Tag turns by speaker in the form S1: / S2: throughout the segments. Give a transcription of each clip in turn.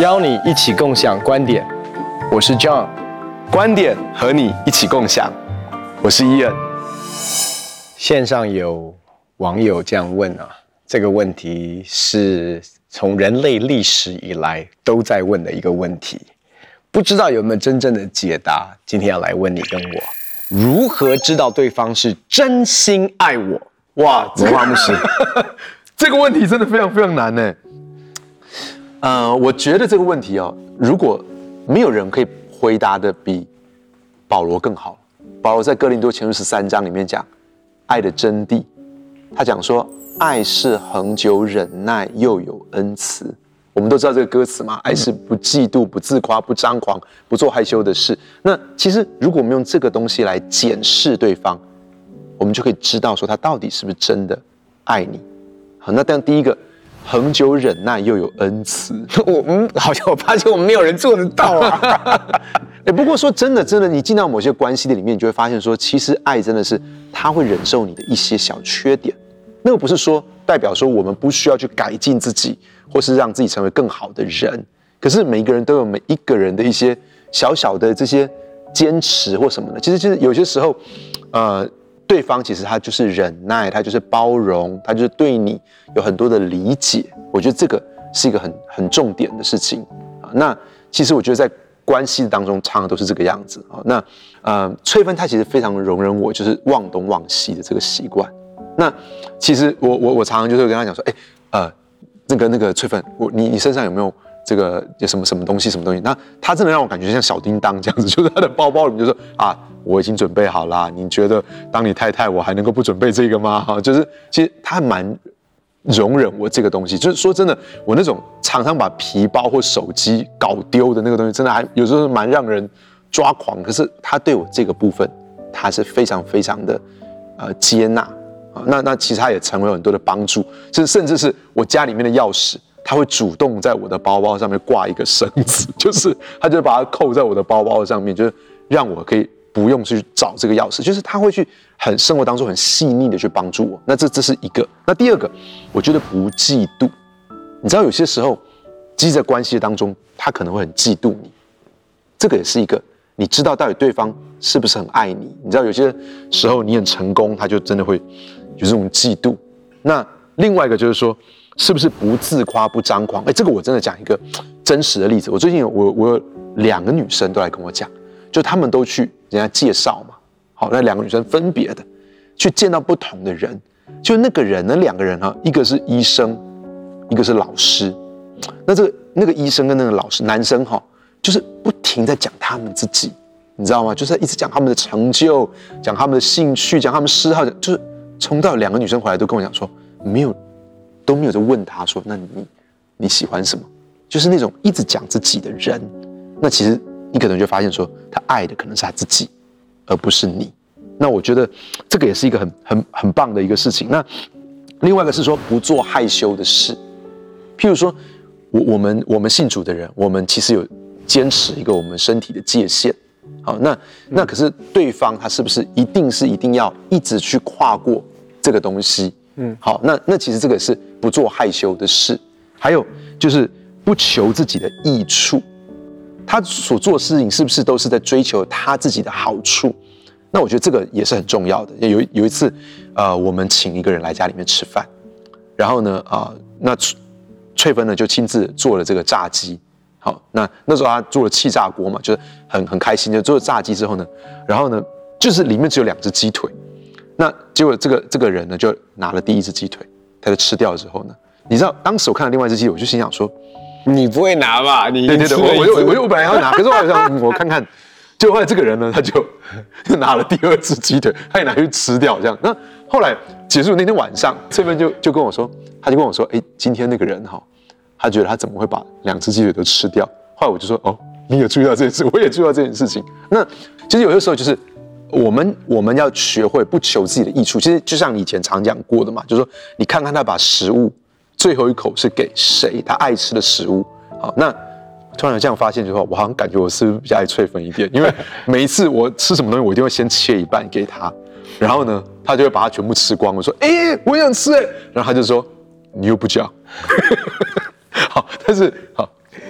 S1: 邀你一起共享观点。我是 John，
S2: 观点和你一起共享。我是 Ian。
S1: 线上有网友这样问啊，这个问题是从人类历史以来都在问的一个问题，不知道有没有真正的解答。今天要来问你跟我，如何知道对方是真心爱我？
S2: 哇，文化牧师，这个问题真的非常非常难呢。我觉得这个问题哦，如果没有人可以回答的比保罗更好。保罗在哥林多前书13章里面讲爱的真谛，他讲说爱是恒久忍耐，又有恩慈。我们都知道这个歌词嘛，爱是不嫉妒、不自夸、不张狂、不做害羞的事。那其实如果我们用这个东西来检视对方，我们就可以知道说他到底是不是真的爱你。好，那但第一个，恒久忍耐又有恩慈，
S1: 好像我发现我们没有人做得到啊。
S2: 不过说真的，你进到某些关系的里面，你就会发现说，其实爱真的是他会忍受你的一些小缺点。那个不是说代表说我们不需要去改进自己，或是让自己成为更好的人。可是每一个人都有每一个人的一些小小的这些坚持或什么的。其实有些时候，对方其实他就是忍耐，他就是包容，他就是对你有很多的理解。我觉得这个是一个很重点的事情啊。那其实我觉得在关系当中常常都是这个样子啊。那翠芬她其实非常容忍我就是忘东忘西的这个习惯。那其实我常常就是跟她讲说，那个翠芬，你身上有没有这个有什么东西？那她真的让我感觉像小叮当这样子，就是她的包包里面就说啊，我已经准备好啦。你觉得当你太太，我还能够不准备这个吗？哈，就是其实她蛮容忍我这个东西。就是说真的，我那种常常把皮包或手机搞丢的那个东西，真的还有时候蛮让人抓狂。可是她对我这个部分，她是非常非常的接纳啊。那其实她也成为很多的帮助，甚至是我家里面的钥匙，他会主动在我的包包上面挂一个绳子，就是他就把它扣在我的包包上面，就是让我可以不用去找这个钥匙，就是他会去生活当中很细腻的去帮助我。那这是一个。那第二个，我觉得不嫉妒。你知道有些时候，即使在关系当中，他可能会很嫉妒你，这个也是一个你知道到底对方是不是很爱你。你知道有些时候你很成功，他就真的会有这种嫉妒。那另外一个就是说，是不是不自夸不张狂？这个我真的讲一个真实的例子。我最近我有2个女生都来跟我讲，就她们都去人家介绍嘛。好，那2个女生分别的去见到不同的人，就那个人呢，2个人哈，一个是医生，一个是老师。那个医生跟那个老师，男生哈，就是不停在讲他们自己，你知道吗？就是一直讲他们的成就，讲他们的兴趣，讲他们嗜好，就是从到2个女生回来都跟我讲说，都没有在问他说，那你喜欢什么？就是那种一直讲自己的人，那其实你可能就发现说，他爱的可能是他自己，而不是你。那我觉得这个也是一个很棒的一个事情。那另外一个是说不做害羞的事，譬如说我们信主的人，我们其实有坚持一个我们身体的界限。好，那可是对方他是不是一定要一直去跨过这个东西？好，那其实这个是不做害羞的事。还有就是不求自己的益处，他所做的事情是不是都是在追求他自己的好处？那我觉得这个也是很重要的。有一次，我们请一个人来家里面吃饭，然后呢，那翠芬呢就亲自做了这个炸鸡。好，那时候他做了气炸锅嘛，就是很开心，就做了炸鸡之后呢，然后呢，就是里面只有2只鸡腿。那结果这个人呢就拿了第1只鸡腿，他就吃掉之后呢，你知道当时我看到另外1只鸡腿，我就心想说，
S1: 你不会拿吧？你
S2: 对，我本来要拿，可是我想我看看，结果后来这个人呢，他就拿了第2只鸡腿，他也拿去吃掉这样。那后来结束那天晚上，翠芬就跟我说，他就跟我说，今天那个人哈，他觉得他怎么会把2只鸡腿都吃掉？后来我就说，哦，你也注意到这件事，我也注意到这件事情。那其实有些时候就是。我们要学会不求自己的益处，其实就像你以前常讲过的嘛，就是说你看看他把食物最后一口是给谁，他爱吃的食物。好，那突然有这样发现之后，我好像感觉我是不是比较爱翠芬一点，因为每一次我吃什么东西，我一定会先切一半给他，然后呢，他就会把它全部吃光。我说，我想吃，然后他就说，你又不讲。好，但是好，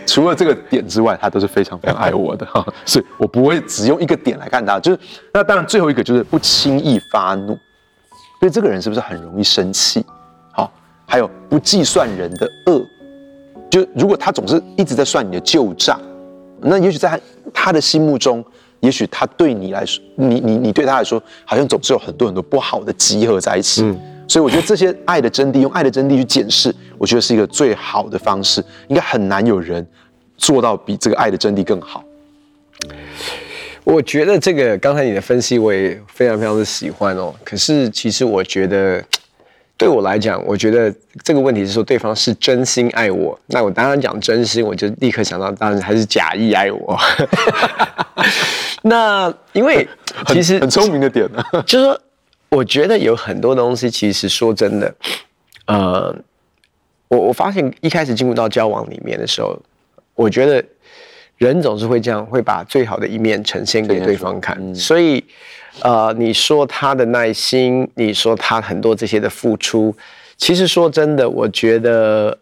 S2: 除了这个点之外，他都是非常非常爱我的哈，所以我不会只用一个点来看他。就是那当然最后一个就是不轻易发怒，所以这个人是不是很容易生气？好，还有不计算人的恶，就如果他总是一直在算你的旧账，那也许在他的心目中，也许他对你来说，你对他来说，好像总是有很多很多不好的集合在一起。所以我觉得这些爱的真谛，用爱的真谛去检视，我觉得是一个最好的方式。应该很难有人做到比这个爱的真谛更好。
S1: 我觉得这个刚才你的分析我也非常非常的喜欢哦。可是其实我觉得，对我来讲，我觉得这个问题是说对方是真心爱我，那我当然讲真心，我就立刻想到，当然还是假意爱我。那因为其实
S2: 很聪明的点呢，
S1: 就是说。我觉得有很多东西，其实说真的，我发现一开始进入到交往里面的时候，我觉得人总是会这样，会把最好的一面呈现给对方看。所以，你说他的耐心，你说他很多这些的付出，其实说真的，我觉得，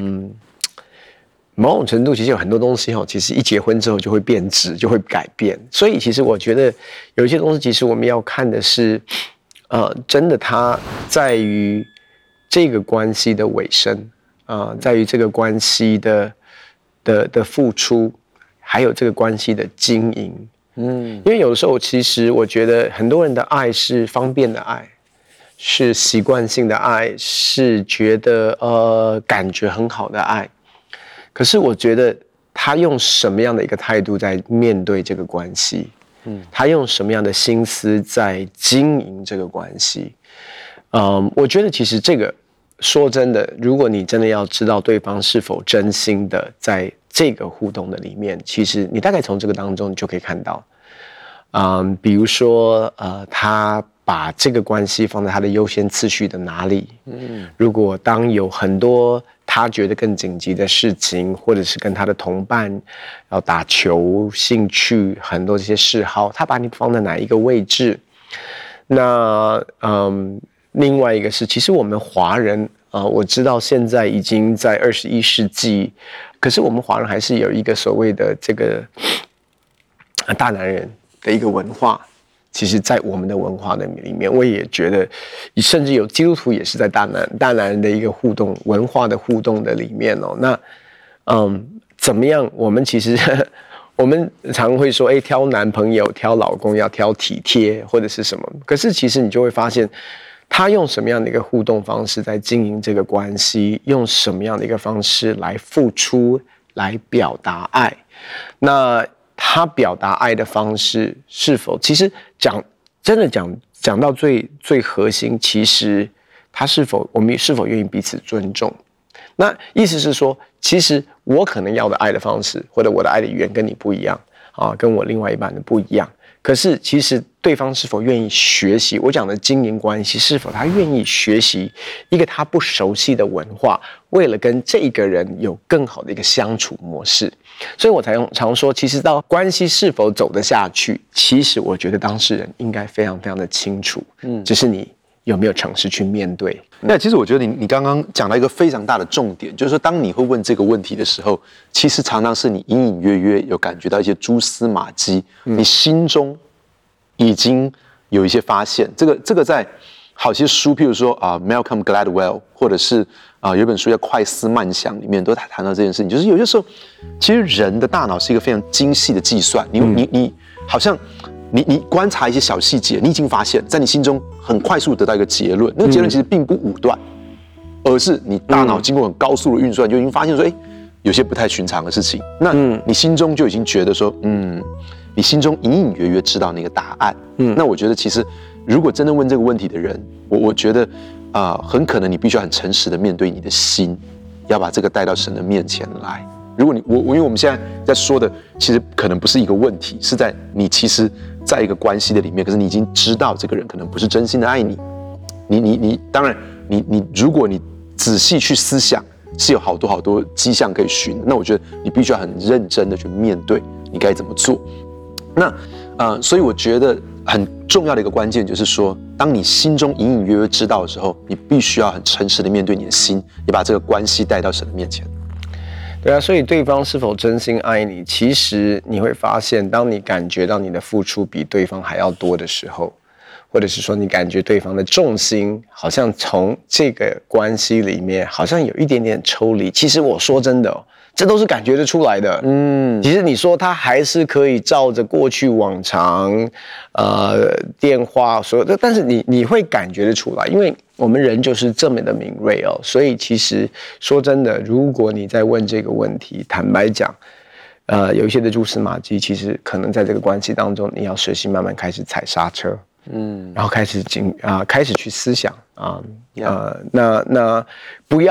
S1: 某种程度其实有很多东西其实一结婚之后就会变质，就会改变。所以，其实我觉得有一些东西，其实我们要看的是。真的，它在于这个关系的尾声，在于这个关系的付出，还有这个关系的经营。因为有时候其实我觉得很多人的爱是方便的爱，是习惯性的爱，是觉得感觉很好的爱。可是我觉得他用什么样的一个态度在面对这个关系？他用什么样的心思在经营这个关系？我觉得其实这个说真的，如果你真的要知道对方是否真心的在这个互动的里面，其实你大概从这个当中你就可以看到，比如说他把这个关系放在他的优先次序的哪里？如果当有很多他觉得更紧急的事情，或者是跟他的同伴要打球、兴趣很多这些嗜好，他把你放在哪一个位置？那另外一个是，其实我们华人我知道现在已经在21世纪，可是我们华人还是有一个所谓的这个大男人的一个文化。其实，在我们的文化的里面，我也觉得，甚至有基督徒也是在大男人的一个互动文化的互动的里面哦。那，怎么样？我们其实我们常会说，挑男朋友、挑老公要挑体贴或者是什么。可是，其实你就会发现，他用什么样的一个互动方式在经营这个关系，用什么样的一个方式来付出、来表达爱，那。他表达爱的方式是否，其实讲到最核心，其实我们是否愿意彼此尊重？那意思是说，其实我可能要的爱的方式，或者我的爱的语言跟你不一样跟我另外一半的不一样。可是其实对方是否愿意学习？我讲的经营关系，是否他愿意学习一个他不熟悉的文化，为了跟这个人有更好的一个相处模式？所以我才常说，其实到关系是否走得下去，其实我觉得当事人应该非常非常的清楚，只是你有没有尝试去面对。
S2: 那其实我觉得你刚刚讲到一个非常大的重点，就是说当你会问这个问题的时候，其实常常是你隐隐约约有感觉到一些蛛丝马迹，你心中已经有一些发现。这个在好些书，譬如说Malcolm Gladwell， 或者是有一本书叫《快思慢想》，里面都谈到这件事情，就是有些时候，其实人的大脑是一个非常精细的计算，你好像。你观察一些小细节，你已经发现，在你心中很快速得到一个结论，那个结论其实并不武断，而是你大脑经过很高速的运算，就已经发现说，有些不太寻常的事情。那你心中就已经觉得说，你心中隐隐约约知道那个答案。那我觉得其实，如果真的问这个问题的人，我觉得很可能你必须要很诚实的面对你的心，要把这个带到神的面前来。如果因为我们现在在说的，其实可能不是一个问题，是在你其实在一个关系的里面，可是你已经知道这个人可能不是真心的爱你。你当然，如果你仔细去思想，是有好多迹象可以寻的。那我觉得你必须要很认真的去面对，你该怎么做。那所以我觉得很重要的一个关键就是说，当你心中隐隐约约知道的时候，你必须要很诚实的面对你的心，也把这个关系带到神的面前。
S1: 对啊，所以对方是否真心爱你，其实你会发现，当你感觉到你的付出比对方还要多的时候，或者是说你感觉对方的重心好像从这个关系里面好像有一点点抽离，其实我说真的这都是感觉得出来的。其实你说他还是可以照着过去往常，电话所有的，但是你会感觉得出来，因为我们人就是这么的敏锐哦。所以其实说真的，如果你在问这个问题，坦白讲，有一些的蛛丝马迹，其实可能在这个关系当中，你要学习慢慢开始踩刹车。然后开始去思想那不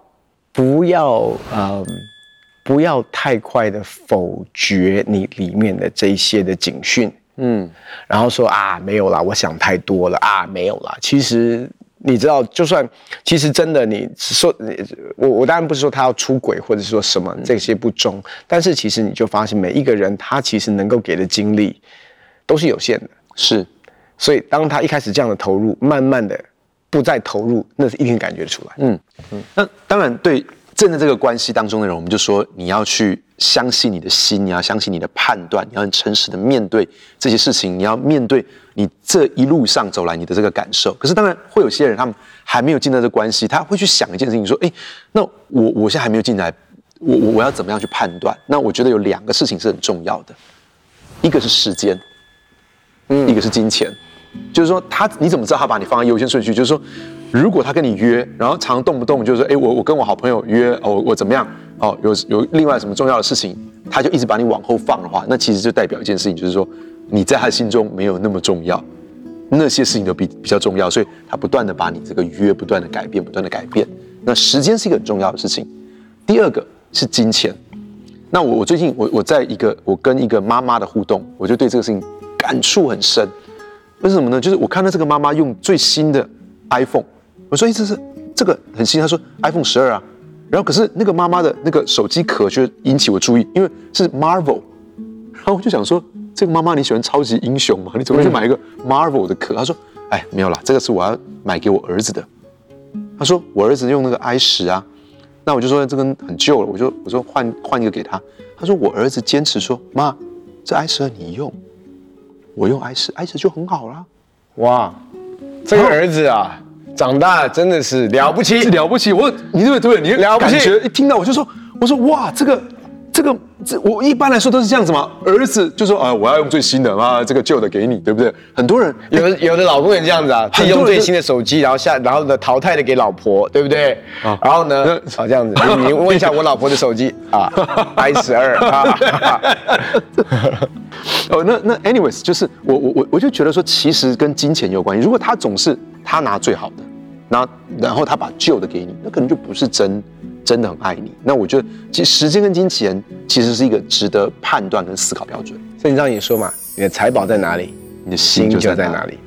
S1: 要太快的否决你里面的这一些的警讯，然后说没有啦，我想太多了没有啦。其实你知道，就算其实真的你说我当然不是说他要出轨或者说什么这些不忠，但是其实你就发现每一个人他其实能够给的精力都是有限的，
S2: 是。
S1: 所以当他一开始这样的投入，慢慢的不再投入，那是一定感觉得出来。
S2: 那当然对正在这个关系当中的人，我们就说你要去相信你的心，你要相信你的判断，你要很诚实的面对这些事情，你要面对你这一路上走来你的这个感受。可是当然会有些人他们还没有进到这个关系，他会去想一件事情，说那我现在还没有进来，我要怎么样去判断？那我觉得有2个事情是很重要的，一个是时间，一个是金钱。就是说你怎么知道他把你放在优先顺序？就是说，如果他跟你约，然后常动不动就是说，我跟我好朋友约，我怎么样？有另外什么重要的事情，他就一直把你往后放的话，那其实就代表一件事情，就是说你在他的心中没有那么重要，那些事情都比较重要，所以他不断的把你这个约不断的改变，不断的改变。那时间是一个很重要的事情。第2个是金钱。那我最近我跟一个妈妈的互动，我就对这个事情感触很深。为什么呢？就是我看到这个妈妈用最新的 iPhone， 我说这个很新，她说 iPhone 12啊，然后可是那个妈妈的那个手机壳就引起我注意，因为是 Marvel， 然后我就想说，这个妈妈你喜欢超级英雄吗？你怎么会去买一个 Marvel 的壳？她说，没有啦，这个是我要买给我儿子的。她说我儿子用那个 i10啊，那我就说这个很旧了，我说换一个给他。她说我儿子坚持说，妈，这 i12你用。我用 i10 就很好啦。哇，
S1: 这个儿子啊，长大真的是了不起，
S2: 了不起！你对不对？你了不起！一听到我说哇，这个我一般来说都是这样子嘛。儿子就说我要用最新的嘛，这个旧的给你，对不对？很多人
S1: 有的老公也这样子啊，自己用最新的手机，然后呢淘汰的给老婆，对不对？然后呢这样子，你问一下我老婆的手机i12
S2: 那 anyways 就是我就觉得说，其实跟金钱有关系。如果他总是他拿最好的，然后他把旧的给你，那可能就不是真的很爱你。那我觉得，其实时间跟金钱其实是一个值得判断跟思考标准。
S1: 所以你知道你说嘛，你的财宝在哪里，你的心就在哪里。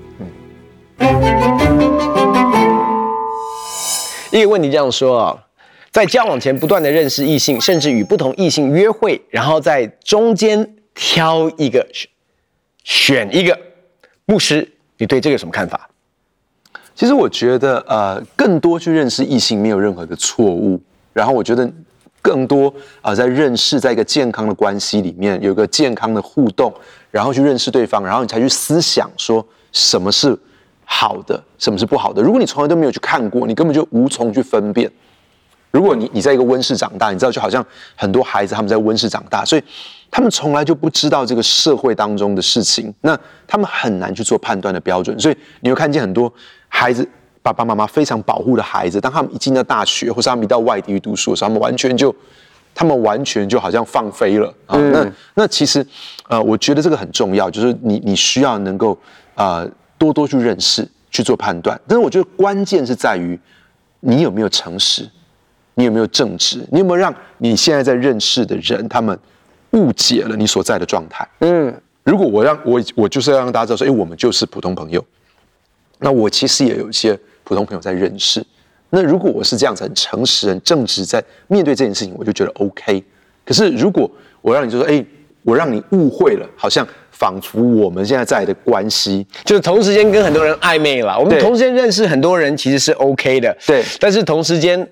S1: 一个问题这样说在交往前不断的认识异性，甚至与不同异性约会，然后在中间挑一个选一个，牧师，你对这个有什么看法？
S2: 其实我觉得更多去认识异性没有任何的错误。然后我觉得更多在认识，在一个健康的关系里面有一个健康的互动，然后去认识对方，然后你才去思想说什么是好的，什么是不好的。如果你从来都没有去看过，你根本就无从去分辨。如果你在一个温室长大，你知道就好像很多孩子他们在温室长大，所以他们从来就不知道这个社会当中的事情，那他们很难去做判断的标准。所以你会看见很多孩子爸爸妈妈非常保护的孩子，当他们一进到大学或是他们一到外地去读书的时候，他们完全就好像放飞了啊。那其实我觉得这个很重要，就是你需要能够多多去认识，去做判断。但是我觉得关键是在于你有没有诚实，你有没有正直，你有没有让你现在在认识的人他们误解了你所在的状态。如果我就是要让大家知道说，我们就是普通朋友，那我其实也有一些普通朋友在认识。那如果我是这样子很诚实、很正直，在面对这件事情，我就觉得 OK。可是如果我让你就说，我让你误会了，好像仿佛我们现在的关系
S1: 就是同时间跟很多人暧昧了。我们同时间认识很多人其实是 OK 的，
S2: 对。
S1: 但是同时间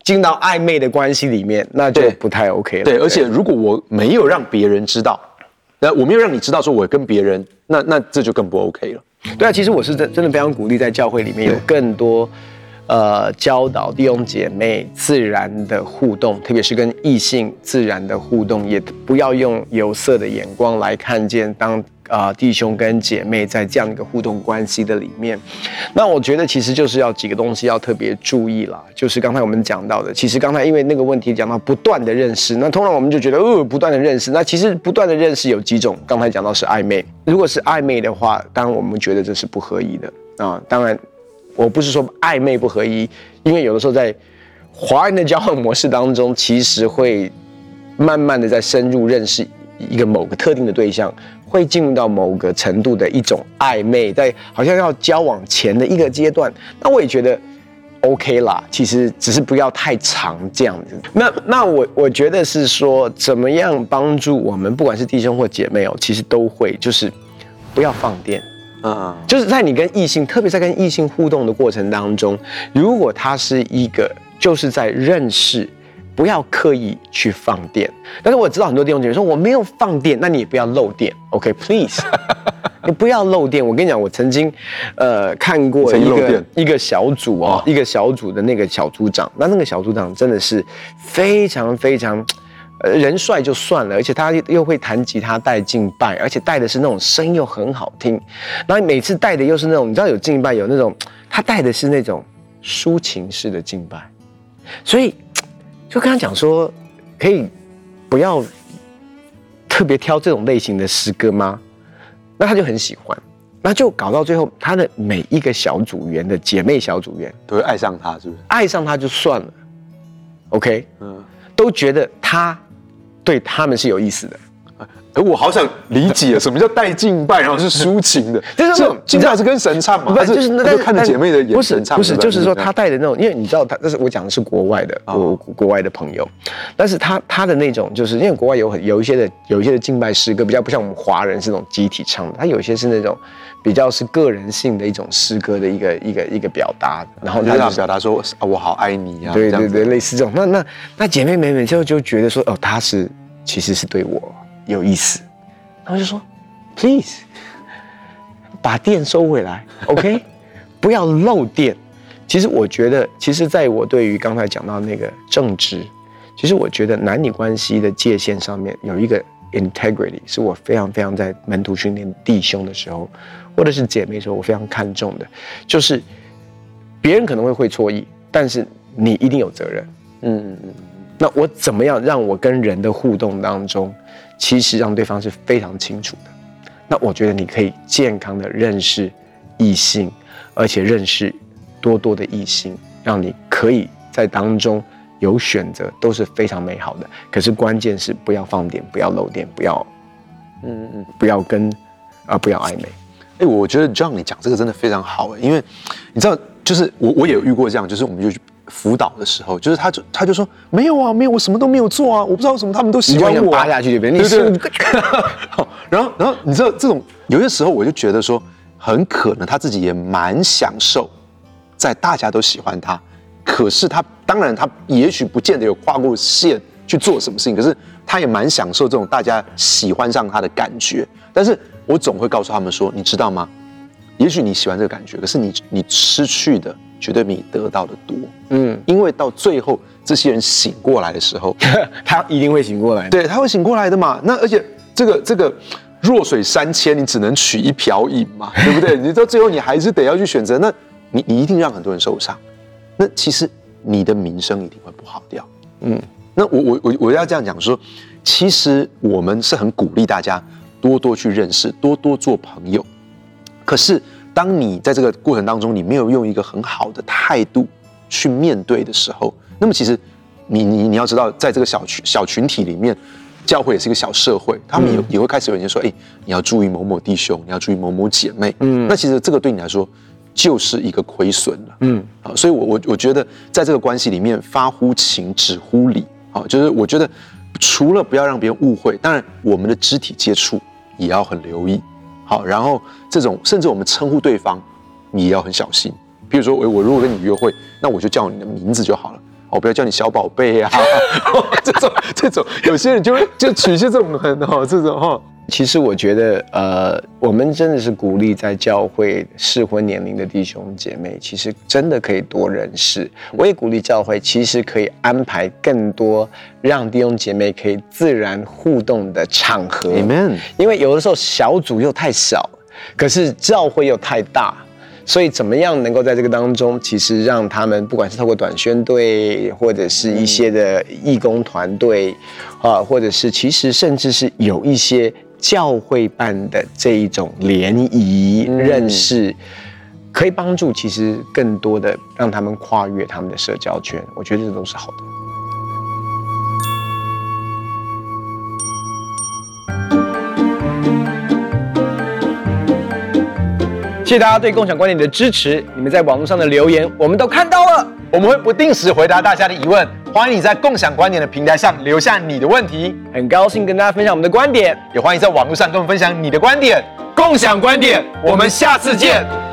S1: 进到暧昧的关系里面，那就不太 OK 了。
S2: 对，而且如果我没有让别人知道，我没有让你知道说我跟别人，那这就更不 OK 了。
S1: 对啊，其实我是真的非常鼓励在教会里面有更多教导弟兄姐妹自然的互动，特别是跟异性自然的互动，也不要用有色的眼光来看见当弟兄跟姐妹在这样一个互动关系的里面。那我觉得其实就是要几个东西要特别注意啦，就是刚才我们讲到的，其实刚才因为那个问题讲到不断的认识，那通常我们就觉得不断的认识，那其实不断的认识有几种，刚才讲到是暧昧，如果是暧昧的话，当然我们觉得这是不合宜的啊。当然我不是说暧昧不合宜，因为有的时候在华人的交往模式当中，其实会慢慢的在深入认识一个某个特定的对象，会进入到某个程度的一种暧昧，在好像要交往前的一个阶段，那我也觉得 OK 啦，其实只是不要太长这样子。那我觉得是说，怎么样帮助我们，不管是弟兄或姐妹其实都会，就是不要放电。就是在你跟异性，特别在跟异性互动的过程当中，如果他是一个就是在认识，不要刻意去放电。但是我知道很多弟兄姐妹说我没有放电，那你也不要漏电 ，OK please， 你不要漏电。我跟你讲，我曾经看过一个小组一个小组的那个小组长，那个小组长真的是非常非常。人帅就算了，而且他又会弹吉他带敬拜，而且带的是那种声又很好听，然后每次带的又是那种，你知道有敬拜有那种，他带的是那种抒情式的敬拜，所以就跟他讲说，可以不要特别挑这种类型的诗歌吗？那他就很喜欢，那就搞到最后，他的每一个小组员的姐妹小组员
S2: 都会爱上他，是不是？
S1: 爱上他就算了 ，OK， 都觉得他对他们是有意思的。
S2: 我好想理解什么叫带敬拜，然后是抒情的，就是那种敬拜是跟神唱嘛？
S1: 不是，就是
S2: 那看着姐妹的眼神唱，
S1: 不是，就是说他带的那种，因为你知道他，但是我讲的是国外的，国外的朋友，但是他的那种，就是因为国外有一些的敬拜诗歌比较不像我们华人是那种集体唱的，他有些是那种比较是个人性的一种诗歌的一个表达，然后他
S2: 表达说我好爱你啊，
S1: 对，类似这种。那姐妹们就觉得说他其实是对我有意思，然后就说 ，please， 把电收回来 ，OK， 不要漏电。其实我觉得，在我对于刚才讲到那个正直，其实我觉得男女关系的界限上面有一个 integrity， 是我非常非常在门徒训练弟兄的时候，或者是姐妹的时候，我非常看重的，就是别人可能会错意，但是你一定有责任。那我怎么样让我跟人的互动当中，其实让对方是非常清楚的？那我觉得你可以健康的认识异性，而且认识多的异性，让你可以在当中有选择，都是非常美好的。可是关键是不要放电，不要漏电，不要暧昧。
S2: 我觉得John你讲这个真的非常好因为你知道，就是我也有遇过这样，就是我们就去辅导的时候，就是他就说没有啊，没有，我什么都没有做啊，我不知道为什么他们都喜欢我，
S1: 扒下去就变成
S2: 对。然后你知道这种有些时候我就觉得说，很可能他自己也蛮享受在大家都喜欢他，可是当然他也许不见得有跨过线去做什么事情，可是他也蛮享受这种大家喜欢上他的感觉。但是我总会告诉他们说，你知道吗？也许你喜欢这个感觉，可是你失去的绝对比你得到的多。因为到最后这些人醒过来的时候，
S1: 他一定会醒过来的。
S2: 对，他会醒过来的嘛。那而且这个弱水三千，你只能取一瓢饮嘛，对不对？你到最后你还是得要去选择，那你一定让很多人受伤。那其实你的名声一定会不好掉。那我要这样讲说，其实我们是很鼓励大家多去认识，多做朋友。可是当你在这个过程当中，你没有用一个很好的态度去面对的时候，那么其实你要知道，在这个小群体里面，教会也是一个小社会，他们也会开始有人说，你要注意某某弟兄，你要注意某某姐妹。那其实这个对你来说就是一个亏损了。所以我觉得在这个关系里面，发乎情，止乎礼。就是我觉得除了不要让别人误会，当然我们的肢体接触也要很留意。好，然后这种甚至我们称呼对方，你也要很小心。比如说，我如果跟你约会，那我就叫你的名字就好了。 哦，不要叫你小宝贝啊，这种，有些人就取一些这种很这种哈。
S1: 其实我觉得，我们真的是鼓励在教会适婚年龄的弟兄姐妹，其实真的可以多认识。我也鼓励教会，其实可以安排更多让弟兄姐妹可以自然互动的场合。
S2: Amen。
S1: 因为有的时候小组又太小，可是教会又太大。所以怎么样能够在这个当中，其实让他们不管是透过短宣队，或者是一些的义工团队，或者是其实甚至是有一些教会办的这一种联谊认识，可以帮助其实更多的让他们跨越他们的社交圈，我觉得这都是好的。谢谢大家对共享观点的支持，你们在网络上的留言我们都看到了，
S2: 我们会不定时回答大家的疑问，欢迎你在共享观点的平台上留下你的问题，
S1: 很高兴跟大家分享我们的观点，
S2: 也欢迎在网络上跟我们分享你的观点。
S1: 共享观点，我们下次见。